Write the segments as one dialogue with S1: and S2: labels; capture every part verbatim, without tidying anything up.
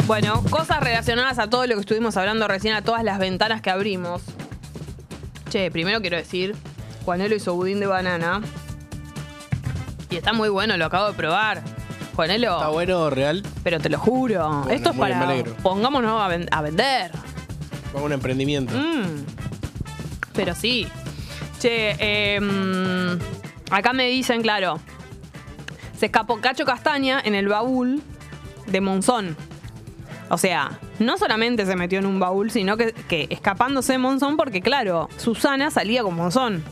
S1: Bueno, cosas relacionadas a todo lo que estuvimos hablando recién, a todas las ventanas que abrimos. Che, primero quiero decir, Juanelo hizo budín de banana. Y está muy bueno, lo acabo de probar. Juanelo.
S2: ¿Está bueno, real?
S1: Pero te lo juro.
S2: Bueno,
S1: esto es
S2: muy bien,
S1: para...
S2: me alegro.
S1: Pongámonos a, ven- a vender.
S2: Como un emprendimiento.
S1: Mm. Pero sí. Che, eh, acá me dicen, claro, se escapó Cacho Castaña en el baúl de Monzón. O sea, no solamente se metió en un baúl, sino que, que escapándose de Monzón porque, claro, Susana salía con Monzón.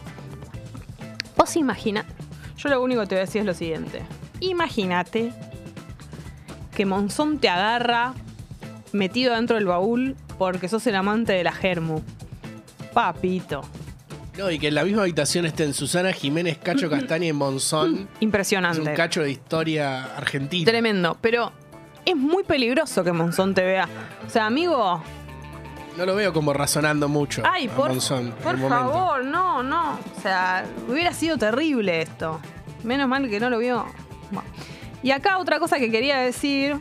S1: Vos imagina... Yo lo único que te voy a decir es lo siguiente. Imagínate que Monzón te agarra metido dentro del baúl porque sos el amante de la Germu. Papito.
S2: No, y que en la misma habitación estén Susana Jiménez, Cacho Castaña y Monzón.
S1: Impresionante.
S2: Es un cacho de historia argentina.
S1: Tremendo. Pero es muy peligroso que Monzón te vea. O sea, amigo...
S2: No lo veo como razonando mucho.
S1: Ay,
S2: a
S1: por,
S2: Monzón, en
S1: por
S2: el momento.
S1: favor, no, no. O sea, hubiera sido terrible esto. Menos mal que no lo vio. Bueno. Y acá otra cosa que quería decir.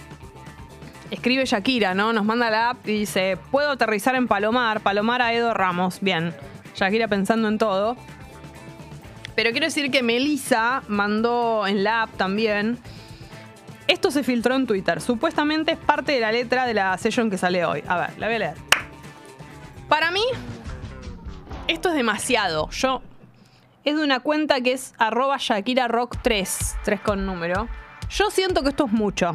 S1: Escribe Shakira, ¿no? Nos manda la app y dice, puedo aterrizar en Palomar. Palomar a Edo Ramos. Bien. Shakira pensando en todo. Pero quiero decir que Melissa mandó en la app también. Esto se filtró en Twitter. Supuestamente es parte de la letra de la session que sale hoy. A ver, la voy a leer. Para mí, esto es demasiado. Yo... Es de una cuenta que es arroba Shakira Rock tres. tres con número. Yo siento que esto es mucho.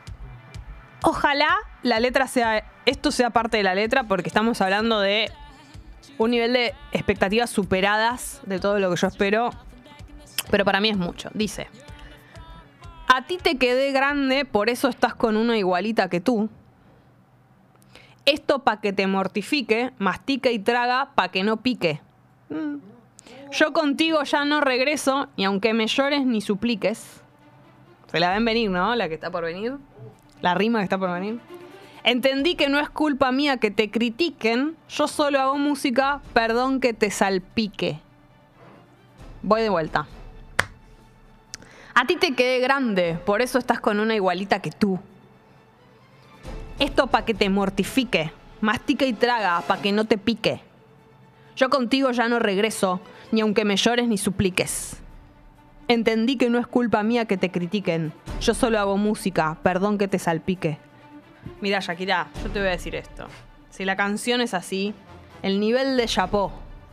S1: Ojalá la letra sea... Esto sea parte de la letra porque estamos hablando de un nivel de expectativas superadas de todo lo que yo espero. Pero para mí es mucho. Dice... A ti te quedé grande, por eso estás con una igualita que tú. Esto pa' que te mortifique, mastica y traga pa' que no pique. Mm. Yo contigo ya no regreso, y aunque me llores ni supliques. Se la ven venir, ¿no? La que está por venir. La rima que está por venir. Entendí que no es culpa mía que te critiquen. Yo solo hago música, perdón que te salpique. Voy de vuelta. A ti te quedé grande, por eso estás con una igualita que tú. Esto pa' que te mortifique, mastica y traga pa' que no te pique. Yo contigo ya no regreso, ni aunque me llores ni supliques. Entendí que no es culpa mía que te critiquen. Yo solo hago música, perdón que te salpique. Mira, Shakira, yo te voy a decir esto. Si la canción es así, el nivel de chapó,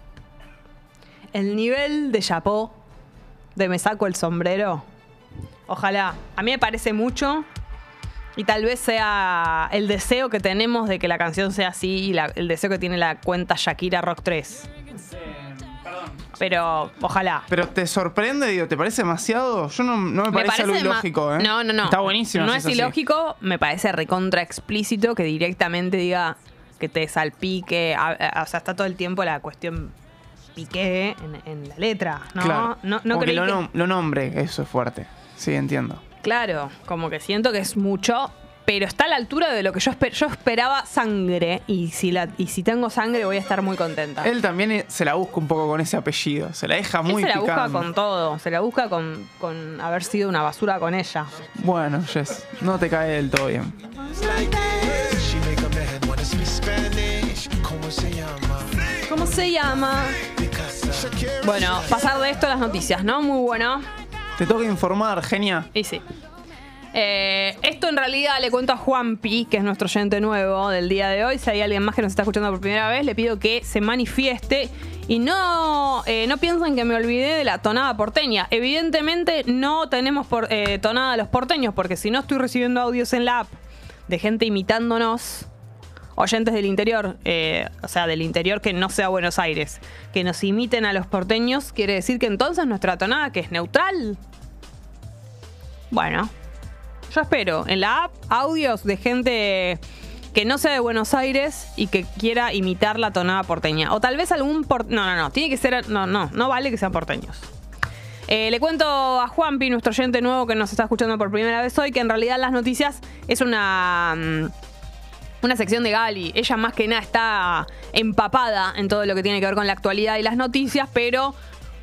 S1: el nivel de chapó de me saco el sombrero, ojalá. A mí me parece mucho y tal vez sea el deseo que tenemos de que la canción sea así y la, el deseo que tiene la cuenta Shakira Rock tres. Pero ojalá.
S3: Pero ¿te sorprende, digo? ¿Te parece demasiado? Yo no, no me,
S1: Me
S3: parece algo
S1: parece
S3: ilógico,
S1: ma-
S3: ¿eh?
S1: No, no, no.
S3: Está buenísimo.
S1: No
S3: si
S1: es
S3: así.
S1: ilógico, me parece recontra explícito que directamente diga que te salpique. A- a- o sea, está todo el tiempo la cuestión piqué en, en la letra, ¿no?
S3: Claro.
S1: No, no
S3: Como que
S1: creí
S3: lo,
S1: que-
S3: nom- lo nombre, eso es fuerte. Sí, entiendo.
S1: Claro, como que siento que es mucho, pero está a la altura de lo que yo, esper- yo esperaba sangre. Y si, la, y si tengo sangre voy a estar muy contenta.
S3: Él también eh, se la busca un poco con ese apellido. Se la deja
S1: Él
S3: muy
S1: se la busca
S3: picante.
S1: con todo, se la busca con, con haber sido una basura con ella.
S3: Bueno, Jess, no te cae del todo bien.
S1: ¿Cómo se llama? Bueno, pasar de esto a las noticias, ¿no? Muy bueno.
S3: Te toca informar, genia.
S1: Y sí. Eh, esto en realidad le cuento a Juanpi, que es nuestro oyente nuevo del día de hoy. Si hay alguien más que nos está escuchando por primera vez, le pido que se manifieste. Y no, eh, no piensen que me olvidé de la tonada porteña. Evidentemente no tenemos por, eh, tonada a los porteños, porque si no estoy recibiendo audios en la app de gente imitándonos, oyentes del interior, eh, o sea, del interior que no sea Buenos Aires, que nos imiten a los porteños, quiere decir que entonces nuestra tonada, que es neutral. Bueno, yo espero en la app audios de gente que no sea de Buenos Aires y que quiera imitar la tonada porteña. O tal vez algún... Por... No, no, no, tiene que ser... No, no, no vale que sean porteños. Eh, le cuento a Juanpi, nuestro oyente nuevo que nos está escuchando por primera vez hoy, que en realidad las noticias es una... Um, una sección de Gali. Ella más que nada está empapada en todo lo que tiene que ver con la actualidad y las noticias, pero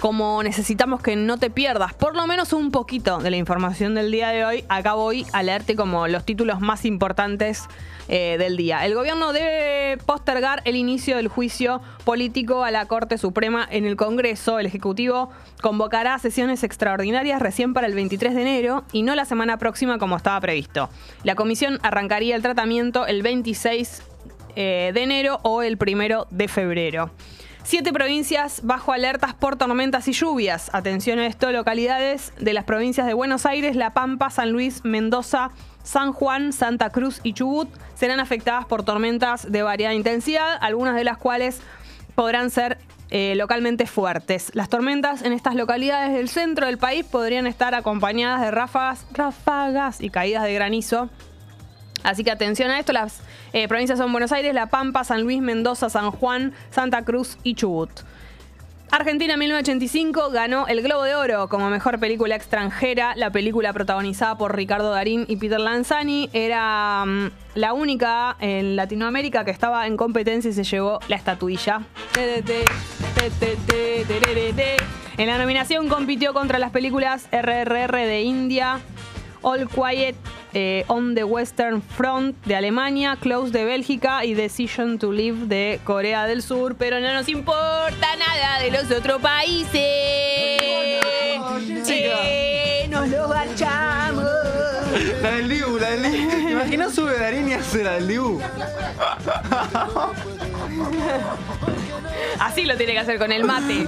S1: como necesitamos que no te pierdas por lo menos un poquito de la información del día de hoy, acá voy a leerte como los títulos más importantes eh, del día. El gobierno debe postergar el inicio del juicio político a la Corte Suprema en el Congreso. El Ejecutivo convocará sesiones extraordinarias recién para el veintitrés de enero y no la semana próxima como estaba previsto. La comisión arrancaría el tratamiento el veintiséis eh, de enero o el primero de febrero. Siete provincias bajo alertas por tormentas y lluvias. Atención a esto, localidades de las provincias de Buenos Aires, La Pampa, San Luis, Mendoza, San Juan, Santa Cruz y Chubut serán afectadas por tormentas de variada intensidad, algunas de las cuales podrán ser eh, localmente fuertes. Las tormentas en estas localidades del centro del país podrían estar acompañadas de ráfagas, ráfagas y caídas de granizo. Así que atención a esto, las eh, provincias son Buenos Aires, La Pampa, San Luis, Mendoza, San Juan, Santa Cruz y Chubut. Argentina en mil novecientos ochenta y cinco ganó el Globo de Oro como mejor película extranjera. La película protagonizada por Ricardo Darín y Peter Lanzani era um, la única en Latinoamérica que estaba en competencia y se llevó la estatuilla. En la nominación compitió contra las películas R R R de India, All Quiet eh, on the Western Front de Alemania, Close de Bélgica y Decision to Live de Corea del Sur. Pero no nos importa nada de los otros países. Eh, nos lo garchamos.
S3: La del Dibu, la del Dibu. ¿Te imaginas sube Darín y hace la del Dibu?
S1: Así lo tiene que hacer con el mate.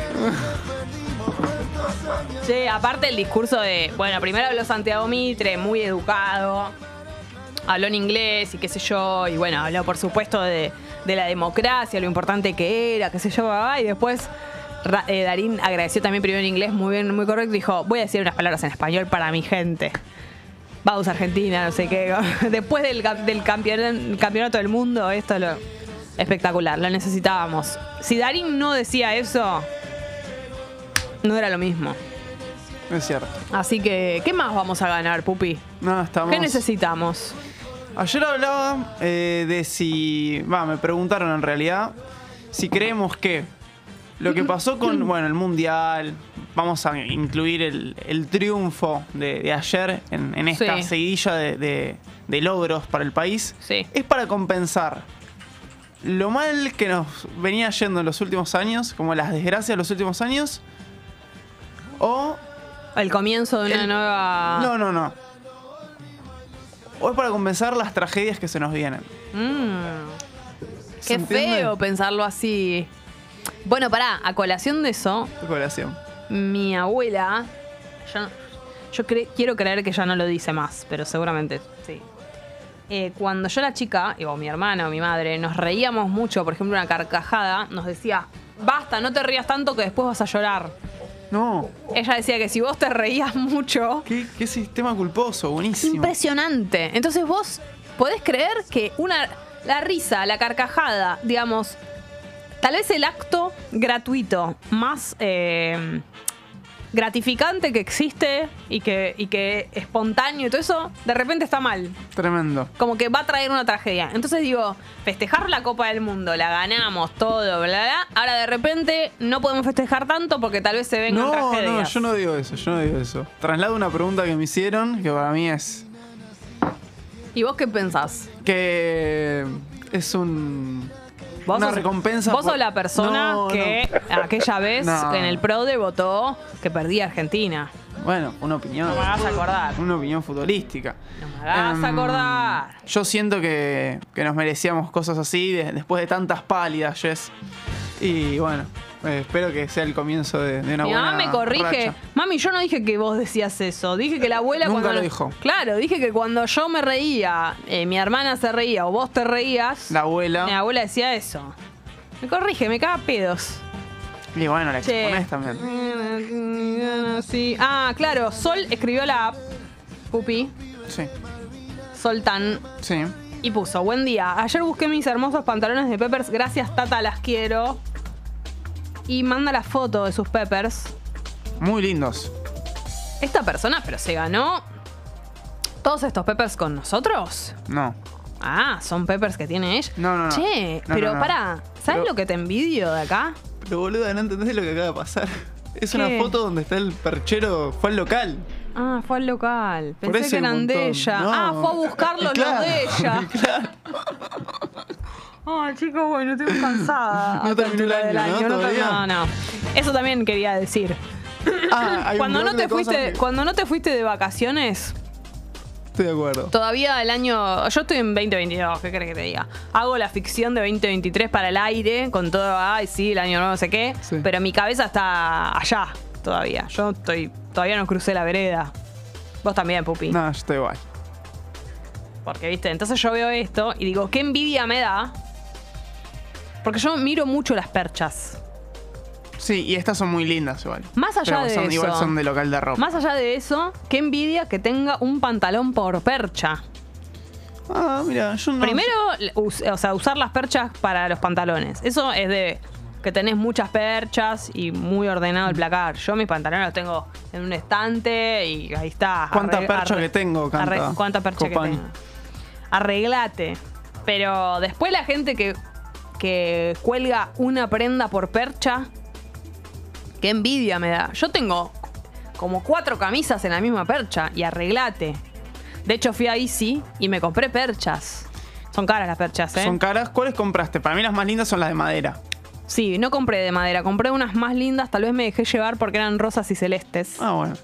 S1: Sí, aparte el discurso de... Bueno, primero habló Santiago Mitre, muy educado. Habló en inglés y qué sé yo. Y bueno, habló por supuesto de, de la democracia, lo importante que era, qué sé yo. Y después eh, Darín agradeció también primero en inglés, muy bien, muy correcto. Dijo, voy a decir unas palabras en español para mi gente. Vamos Argentina, no sé qué. Después del, del campeonato, campeonato del mundo, esto lo espectacular, lo necesitábamos. Si Darín no decía eso... no era lo mismo.
S3: Es cierto.
S1: Así que, ¿qué más vamos a ganar, Pupi?
S3: No, estamos...
S1: ¿Qué necesitamos?
S3: Ayer hablaba eh, de si... Va, me preguntaron en realidad si creemos que lo que pasó con, bueno, el Mundial, vamos a incluir el, el triunfo de, de ayer en, en esta
S1: Sí.
S3: seguidilla de, de, de logros para el país,
S1: Sí.
S3: es para compensar lo mal que nos venía yendo en los últimos años, como las desgracias de los últimos años, o...
S1: El comienzo de una
S3: el-
S1: nueva...
S3: No, no, no. O es para compensar las tragedias que se nos vienen.
S1: Mm.
S3: ¿Se
S1: Qué
S3: entiende?
S1: feo pensarlo así. Bueno, pará, a colación de eso,
S3: Colación.
S1: mi abuela... Yo, yo cre- quiero creer que ya no lo dice más, pero seguramente sí. Eh, cuando yo era chica, o mi hermana o mi madre, nos reíamos mucho, por ejemplo, una carcajada, nos decía, basta, no te rías tanto que después vas a llorar.
S3: No.
S1: Ella decía que si vos te reías mucho...
S3: ¿Qué, qué sistema culposo, buenísimo.
S1: Impresionante. Entonces vos podés creer que una la risa, la carcajada, digamos, tal vez el acto gratuito más eh, gratificante que existe y que, y que espontáneo y todo eso, de repente está mal.
S3: Tremendo.
S1: Como que va a traer una tragedia. Entonces digo, festejar la Copa del Mundo, la ganamos, todo, bla, bla, bla. Ahora de repente no podemos festejar tanto porque tal vez se vengan
S3: No,
S1: tragedias.
S3: no, yo no digo eso, yo no digo eso. Traslado una pregunta que me hicieron, que para mí es
S1: ¿Y vos qué pensás?
S3: que es un
S1: ¿Vos
S3: una
S1: sos-
S3: recompensa.
S1: Vos
S3: por-
S1: sos la persona
S3: No,
S1: que aquella vez
S3: No.
S1: en el PRODE votó que perdía Argentina.
S3: no. Bueno, una opinión.
S1: No me hagas acordar.
S3: Una opinión futbolística.
S1: No me hagas
S3: Em,
S1: acordar.
S3: Yo siento que, que nos merecíamos cosas así de- después de tantas pálidas, Jess. Y bueno, eh, espero que sea el comienzo de, de una
S1: Mi
S3: buena
S1: mamá me corrige.
S3: racha.
S1: Mami, yo no dije que vos decías eso. Dije que la abuela
S3: Nunca
S1: cuando...
S3: lo dijo.
S1: Claro, dije que cuando yo me reía, eh, mi hermana se reía o vos te reías,
S3: La abuela.
S1: mi abuela decía eso. Me corrige, me caga pedos.
S3: Y bueno, la
S1: Che.
S3: exponés también.
S1: Sí. Ah, claro, Sol escribió la app, Pupi,
S3: Sí,
S1: Soltán,
S3: sí.
S1: y puso, buen día, ayer busqué mis hermosos pantalones de Peppers, gracias Tata, las quiero. Y manda la foto de sus Peppers.
S3: Muy lindos.
S1: Esta persona, pero se ganó todos estos Peppers con nosotros.
S3: No.
S1: Ah, son Peppers que tiene ella.
S3: No, no, no.
S1: Che,
S3: No,
S1: pero
S3: no, no.
S1: pará, ¿sabes
S3: Pero-
S1: lo que te envidio de acá?
S3: Pero boluda, no entendés lo que acaba de pasar. Es
S1: ¿Qué?
S3: una foto donde está el perchero, fue al local.
S1: Ah, fue al local.
S3: Por
S1: Pensé
S3: ese
S1: que eran de
S3: montón.
S1: ella.
S3: No.
S1: Ah, fue a buscarlos
S3: Claro,
S1: los de ella.
S3: claro.
S1: Ay, chicos, bueno, estoy cansada.
S3: No
S1: a esta
S3: terminó el
S1: altura
S3: año,
S1: del
S3: ¿no? ¿Todavía?
S1: No, no. Eso también quería decir.
S3: Ah, hay un
S1: Cuando no
S3: blog
S1: te
S3: de cosas
S1: fuiste,
S3: que-
S1: cuando no te fuiste de vacaciones,
S3: Estoy de acuerdo.
S1: todavía el año. Yo estoy en veinte veintidós, ¿qué crees que te diga? Hago la ficción de veinte veintitrés para el aire, con todo, ay, sí, el año nuevo, no sé qué.
S3: Sí.
S1: Pero mi cabeza está allá todavía. Yo estoy. Todavía no crucé la vereda. Vos también, Pupi.
S3: No, yo estoy igual.
S1: Porque, viste, entonces yo veo esto y digo, qué envidia me da. Porque yo miro mucho las perchas.
S3: Sí, y estas son muy lindas igual.
S1: Más allá
S3: Pero
S1: de
S3: son,
S1: eso.
S3: igual son de local de ropa.
S1: Más allá de eso, qué envidia que tenga un pantalón por percha.
S3: Ah, mira, yo no.
S1: Primero, us- o sea, usar las perchas para los pantalones. Eso es de que tenés muchas perchas y muy ordenado el placar. Yo mis pantalones los tengo en un estante y ahí está.
S3: ¿Cuánta
S1: Arre-
S3: percha
S1: arre-
S3: que tengo, canta
S1: arre- ¿Cuánta percha
S3: Copani?
S1: que tengo? Arreglate. Pero después la gente que, que cuelga una prenda por percha, qué envidia me da. Yo tengo como cuatro camisas en la misma percha y arreglate. De hecho, fui a Easy y me compré perchas. Son caras las perchas, ¿eh?
S3: Son caras. ¿Cuáles compraste? Para mí las más lindas son las de madera.
S1: Sí, no compré de madera, compré unas más lindas, tal vez me dejé llevar porque eran rosas y celestes.
S3: Ah, bueno.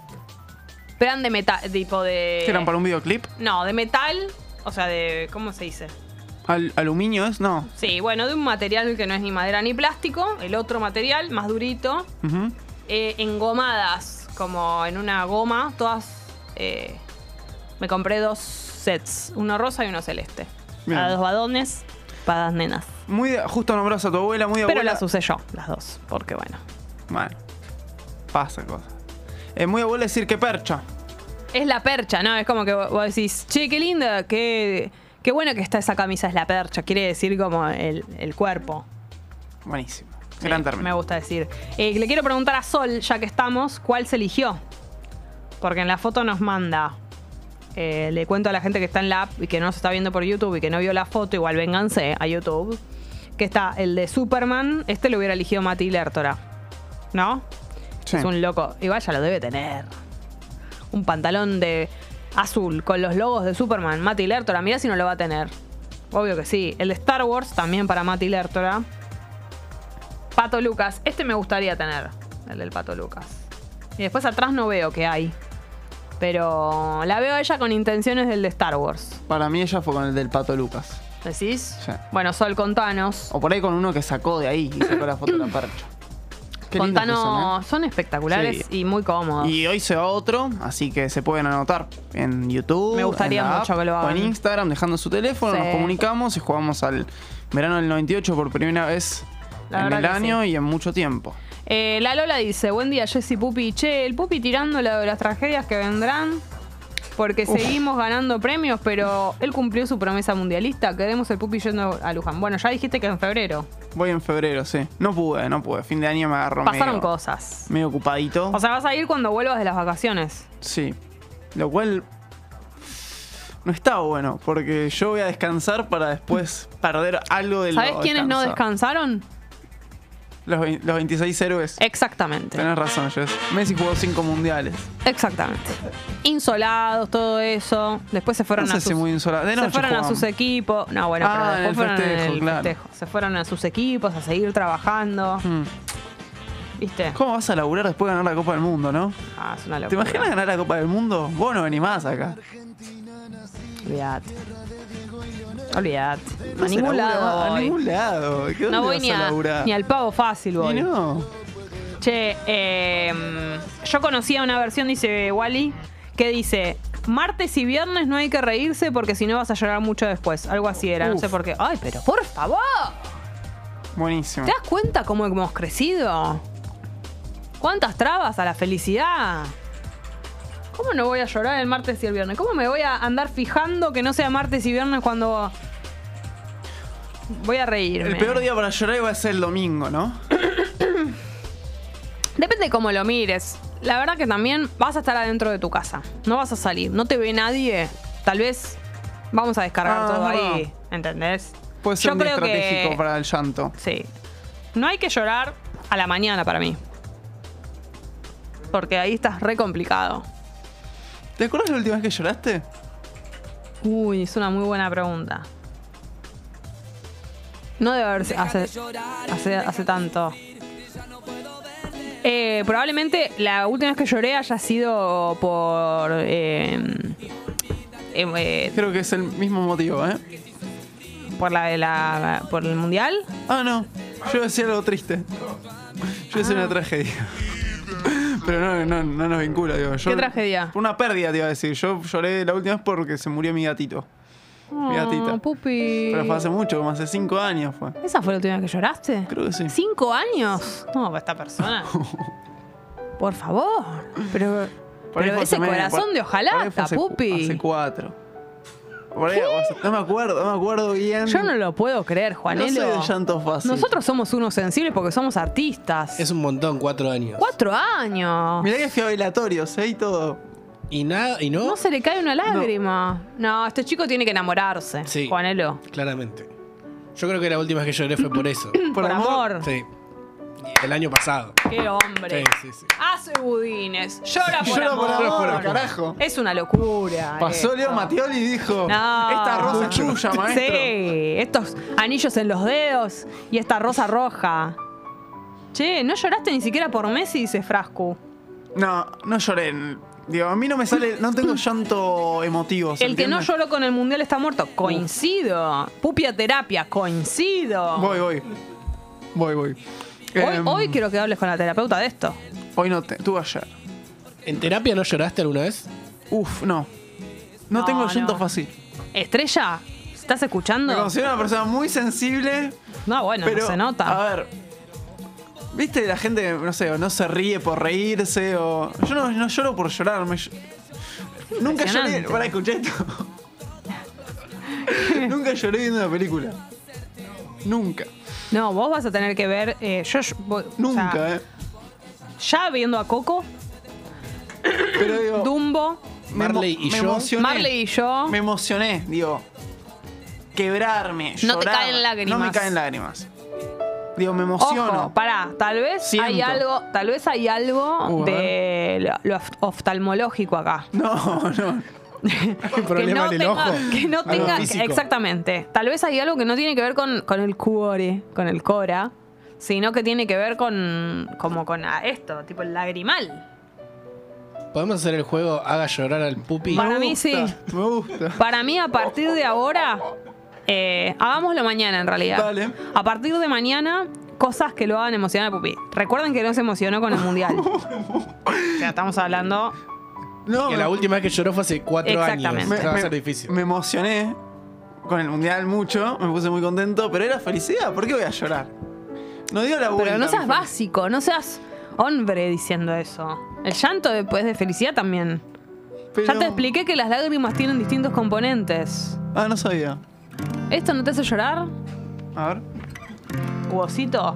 S1: Pero eran de metal, tipo de...
S3: ¿Qué eran para un videoclip?
S1: No, de metal, o sea, de... ¿Cómo se dice?
S3: ¿Al- ¿Aluminio es? No.
S1: Sí, bueno, de un material que no es ni madera ni plástico, el otro material, más durito,
S3: Ujú.
S1: eh, engomadas, como en una goma, todas... eh, me compré dos sets, uno rosa y uno celeste.
S3: Bien.
S1: Para dos varones, para las nenas.
S3: Muy de- justo nombras a tu abuela, muy de
S1: Pero
S3: abuela.
S1: las usé yo, las dos, porque bueno.
S3: Bueno, pasa cosa. Es muy abuela decir que percha.
S1: Es la percha, ¿no? Es como que vos decís, che, qué linda, qué, qué buena que está esa camisa, es la percha. Quiere decir como el, el cuerpo.
S3: Buenísimo.
S1: Sí,
S3: Gran término.
S1: me gusta decir. Eh, le quiero preguntar a Sol, ya que estamos, ¿cuál se eligió? Porque en la foto nos manda. Eh, le cuento a la gente que está en la app y que no se está viendo por YouTube y que no vio la foto, igual vénganse a YouTube. Que está el de Superman. Este lo hubiera elegido Mati Lertora. ¿No?
S3: Sí.
S1: Es un loco. Igual ya lo debe tener. Un pantalón de azul con los logos de Superman. Mati Lertora. Mirá si no lo va a tener. Obvio que sí. El de Star Wars también para Mati Lertora. Pato Lucas. Este me gustaría tener. El del Pato Lucas. Y después atrás no veo que hay. Pero la veo a ella con intenciones del de Star Wars.
S3: Para mí ella fue con el del Pato Lucas.
S1: ¿Decís?
S3: Sí.
S1: Bueno, Sol, contanos.
S3: O por ahí con uno que sacó de ahí y sacó la foto de la percha. Qué lindos que
S1: Contanos.
S3: son,
S1: Son espectaculares
S3: Sí.
S1: y muy cómodos.
S3: ¿eh? Y hoy se va otro, así que se pueden anotar en YouTube.
S1: Me gustaría
S3: en la
S1: mucho
S3: app,
S1: que lo
S3: o en
S1: hagan.
S3: Instagram, dejando su teléfono,
S1: Sí.
S3: nos comunicamos y jugamos al verano del noventa y ocho por primera vez
S1: La
S3: en
S1: verdad
S3: el
S1: que
S3: año y en mucho tiempo.
S1: Eh, la Lola dice, buen día Jessy Pupi. Che, el Pupi tirando la de las tragedias que vendrán. Porque
S3: Uf.
S1: seguimos ganando premios, pero él cumplió su promesa mundialista. Queremos el Pupi yendo a Luján. Bueno, ya dijiste que en febrero.
S3: Voy en febrero, sí. No pude, no pude. Fin de año me agarró
S1: Pasaron
S3: medio,
S1: cosas.
S3: medio ocupadito.
S1: O sea, vas a ir cuando vuelvas de las vacaciones.
S3: Sí. Lo cual no está bueno, porque yo voy a descansar para después perder algo de lo
S1: ¿Sabés quiénes no
S3: descansado.
S1: descansaron?
S3: Los, vein- los veintiséis héroes.
S1: Exactamente.
S3: Tenés razón, Jess. Messi jugó cinco mundiales.
S1: Exactamente. Insolados, todo eso. Después se fueron
S3: No sé
S1: a
S3: si
S1: sus,
S3: muy insolado. De
S1: se
S3: noche
S1: fueron a
S3: jugamos.
S1: sus equipos. No, bueno,
S3: Ah,
S1: pero
S3: en
S1: después
S3: el
S1: fueron
S3: festejo,
S1: en el
S3: claro.
S1: festejo. Se fueron a sus equipos a seguir trabajando.
S3: Mm.
S1: ¿Viste?
S3: ¿Cómo vas a laburar después de ganar la Copa del Mundo, no?
S1: Ah, es una
S3: ¿Te
S1: locura.
S3: imaginas ganar la Copa del Mundo? Vos no venís más acá.
S1: Olvídate. Olvídate.
S3: No
S1: a
S3: se
S1: ningún
S3: labura
S1: lado
S3: más, A
S1: voy.
S3: ningún lado. ¿Qué-
S1: No
S3: dónde
S1: voy
S3: vas
S1: ni,
S3: a
S1: a-
S3: laburar?
S1: ni al pavo fácil
S3: Y
S1: voy.
S3: no.
S1: Che, eh, yo conocía una versión, dice Wally, que dice, martes y viernes no hay que reírse porque si no vas a llorar mucho después. Algo así era, no
S3: Uf.
S1: sé por qué. Ay, pero por favor.
S3: Buenísimo.
S1: ¿Te das cuenta cómo hemos crecido? ¿Cuántas trabas a la felicidad? ¿Cómo no voy a llorar el martes y el viernes? ¿Cómo me voy a andar fijando que no sea martes y viernes cuando voy a reírme?
S3: El peor día para llorar iba a ser el domingo, ¿no?
S1: Depende de cómo lo mires. La verdad que también vas a estar adentro de tu casa. No vas a salir. No te ve nadie. Tal vez vamos a descargar
S3: Ah,
S1: todo
S3: es
S1: ahí.
S3: verdad.
S1: ¿Entendés?
S3: Puede ser
S1: Yo
S3: muy
S1: creo
S3: estratégico
S1: que-
S3: para el llanto.
S1: Sí. No hay que llorar a la mañana para mí. porque ahí estás re complicado.
S3: ¿Te acuerdas la última vez que lloraste?
S1: Uy, es una muy buena pregunta. No debe haber hace, hace, hace tanto. Eh, probablemente la última vez que lloré haya sido por... Eh, eh, eh,
S3: Creo que es el mismo motivo, ¿eh?
S1: por, la, la, por el mundial.
S3: Ah, no. Yo decía algo triste. Yo decía
S1: Ah.
S3: una tragedia. Pero no, no, no nos vincula, digo. Yo,
S1: ¿Qué tragedia?
S3: Una pérdida, te iba a decir. Yo lloré la última vez porque se murió mi gatito. Mi gatita.
S1: Oh, pupi.
S3: Pero fue hace mucho, como hace cinco años fue.
S1: ¿Esa fue la última vez que lloraste?
S3: Creo que sí.
S1: ¿Cinco años? No, esta persona. Por favor. Pero,
S3: Por ahí
S1: pero
S3: fue
S1: ese
S3: hace medio,
S1: corazón
S3: por-
S1: de
S3: por ahí
S1: hojalata,
S3: fue hace cu-
S1: pupi.
S3: Hace cuatro. Por ahí, o sea, no me acuerdo, no me acuerdo bien.
S1: Yo no lo puedo creer,
S3: No
S1: Juanelo.
S3: soy de llanto fácil.
S1: Nosotros somos unos sensibles porque somos artistas.
S2: Es un montón, cuatro años.
S1: Cuatro años.
S3: Mirá que fui a velatorios, ¿eh? Y todo.
S2: Y nada, y no,
S1: No se le cae una lágrima. No, este chico tiene que enamorarse,
S2: Sí.
S1: Juanelo.
S2: claramente. Yo creo que la última vez que lloré fue por eso.
S1: Por, amor.
S2: Sí. El año pasado.
S1: Qué hombre.
S2: Sí, sí, sí.
S1: Hace budines. Llora por
S3: Llora
S1: amor.
S3: por amor, carajo.
S1: Es una locura.
S3: Pasó
S1: esto.
S3: Leo Mattioli y dijo:
S1: No.
S3: esta rosa chuya, maestro.
S1: Sí, estos anillos en los dedos y esta rosa roja. Che, ¿no lloraste ni siquiera por Messi? Dice Frasco.
S3: No, no lloré. Digo, a mí no me sale, no tengo llanto emotivo. ¿se
S1: El que no
S3: entiende?
S1: lloró con el mundial está muerto. Coincido. Pupia terapia, coincido.
S3: Voy, voy. Voy, voy.
S1: Hoy,
S3: Em,
S1: hoy quiero que hables con la terapeuta de esto.
S3: Hoy no te, tú ayer.
S2: ¿En terapia no lloraste alguna vez?
S3: Uf, no. No,
S1: No,
S3: tengo llanto
S1: no.
S3: fácil.
S1: Estrella, ¿estás escuchando?
S3: Me considero una persona muy sensible.
S1: No, bueno,
S3: pero,
S1: no se nota.
S3: A ver. ¿Viste la gente que, no sé, o no se ríe por reírse o. Yo no, no lloro por llorar. me ll- Nunca lloré.
S1: Impresionante.
S3: Para escuchar esto. Nunca lloré viendo una película. Nunca.
S1: No, vos vas a tener que ver. eh, yo, yo- voy- o
S3: Nunca,
S1: sea,
S3: eh.
S1: Ya viendo a Coco,
S3: Pero digo.
S1: Dumbo,
S3: me emo-
S2: Marley y
S3: me
S2: yo.
S3: emocioné.
S1: Marley y yo.
S3: Me emocioné, digo. Quebrarme.
S1: No te
S3: llorar.
S1: caen lágrimas.
S3: No me caen lágrimas. Digo, me emociono.
S1: Ojo, pará, tal vez hay
S3: Siento.
S1: algo, tal vez hay algo
S3: Uh, a
S1: de lo, lo oft- oftalmológico acá.
S3: No, no.
S2: ¿Qué problema en el
S1: tenga,
S2: ojo?
S1: que no
S2: Algo
S1: tenga,
S2: físico.
S1: exactamente. Tal vez hay algo que no tiene que ver con, con el cuore, con el cora, sino que tiene que ver con como con ah, esto, tipo el lagrimal.
S2: ¿Podemos hacer el juego Haga llorar al pupi?
S1: Para
S3: Me
S1: mí
S3: gusta,
S1: sí.
S3: Me gusta.
S1: Para mí, a partir de ahora, eh, hagámoslo mañana en realidad.
S3: Dale.
S1: A partir de mañana, cosas que lo hagan emocionar al pupi. Recuerden que no se emocionó con el mundial. O sea, estamos hablando.
S3: No,
S2: Que
S3: me-
S2: la última vez que lloró fue hace cuatro años.
S1: Exactamente.
S3: me,
S2: Va a
S3: me-
S2: ser difícil.
S3: me emocioné con el mundial mucho, me puse muy contento, pero era felicidad. ¿Por qué voy a llorar? No dio la vuelta.
S1: Pero no
S3: mi
S1: seas
S3: felicidad.
S1: básico, no seas hombre diciendo eso. El llanto después de felicidad también.
S3: Pero-
S1: Ya te expliqué que las lágrimas tienen distintos componentes.
S3: Ah, no sabía.
S1: ¿Esto no te hace llorar,
S3: A ver.
S1: Huesito?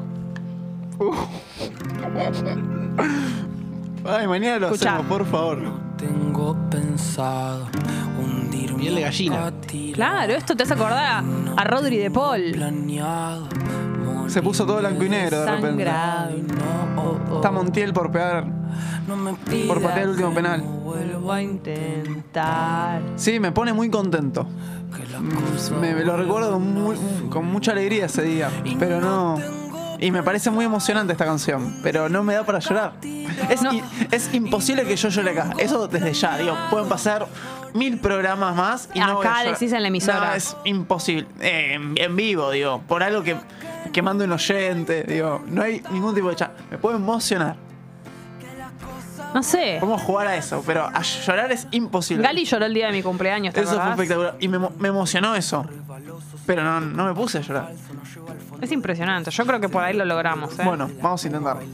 S3: Ay, mañana lo
S1: Escuchá.
S3: hacemos, por favor.
S4: Tengo pensado hundirme
S2: Piel de gallina.
S4: a ti,
S1: Claro, esto te hace acordar a, a Rodri de Paul.
S4: planeado,
S3: Se puso todo blanco y negro de repente.
S1: Sangrado.
S4: no, oh, oh.
S3: Está Montiel por pegar.
S4: No me pidas
S3: Por patear el último
S4: que
S3: penal.
S4: no vuelva
S1: Vuelvo a intentar.
S3: Sí, me pone muy contento.
S4: que la cosa
S3: Me, me lo recuerdo con, muy- con mucha alegría ese día. Pero no. Y me parece muy emocionante esta canción. Pero no me da para llorar. Es,
S1: No.
S3: i- es imposible que yo llore acá. Eso desde ya. Digo, pueden pasar mil programas más y no voy a
S1: Acá
S3: llorar.
S1: decís en la emisora.
S3: No, es imposible. Eh, en, en vivo, digo. Por algo que, que mande un oyente. Digo, no hay ningún tipo de chat. Me puedo emocionar.
S1: No sé.
S3: Podemos jugar a eso. Pero a llorar es imposible.
S1: Gali lloró el día de mi cumpleaños, ¿te
S3: Eso fue
S1: acordás?
S3: espectacular. Y me, emo- me emocionó eso. Pero no, no me puse a llorar.
S1: Es impresionante. Yo creo que por ahí lo logramos, ¿eh?
S3: Bueno, vamos a intentar.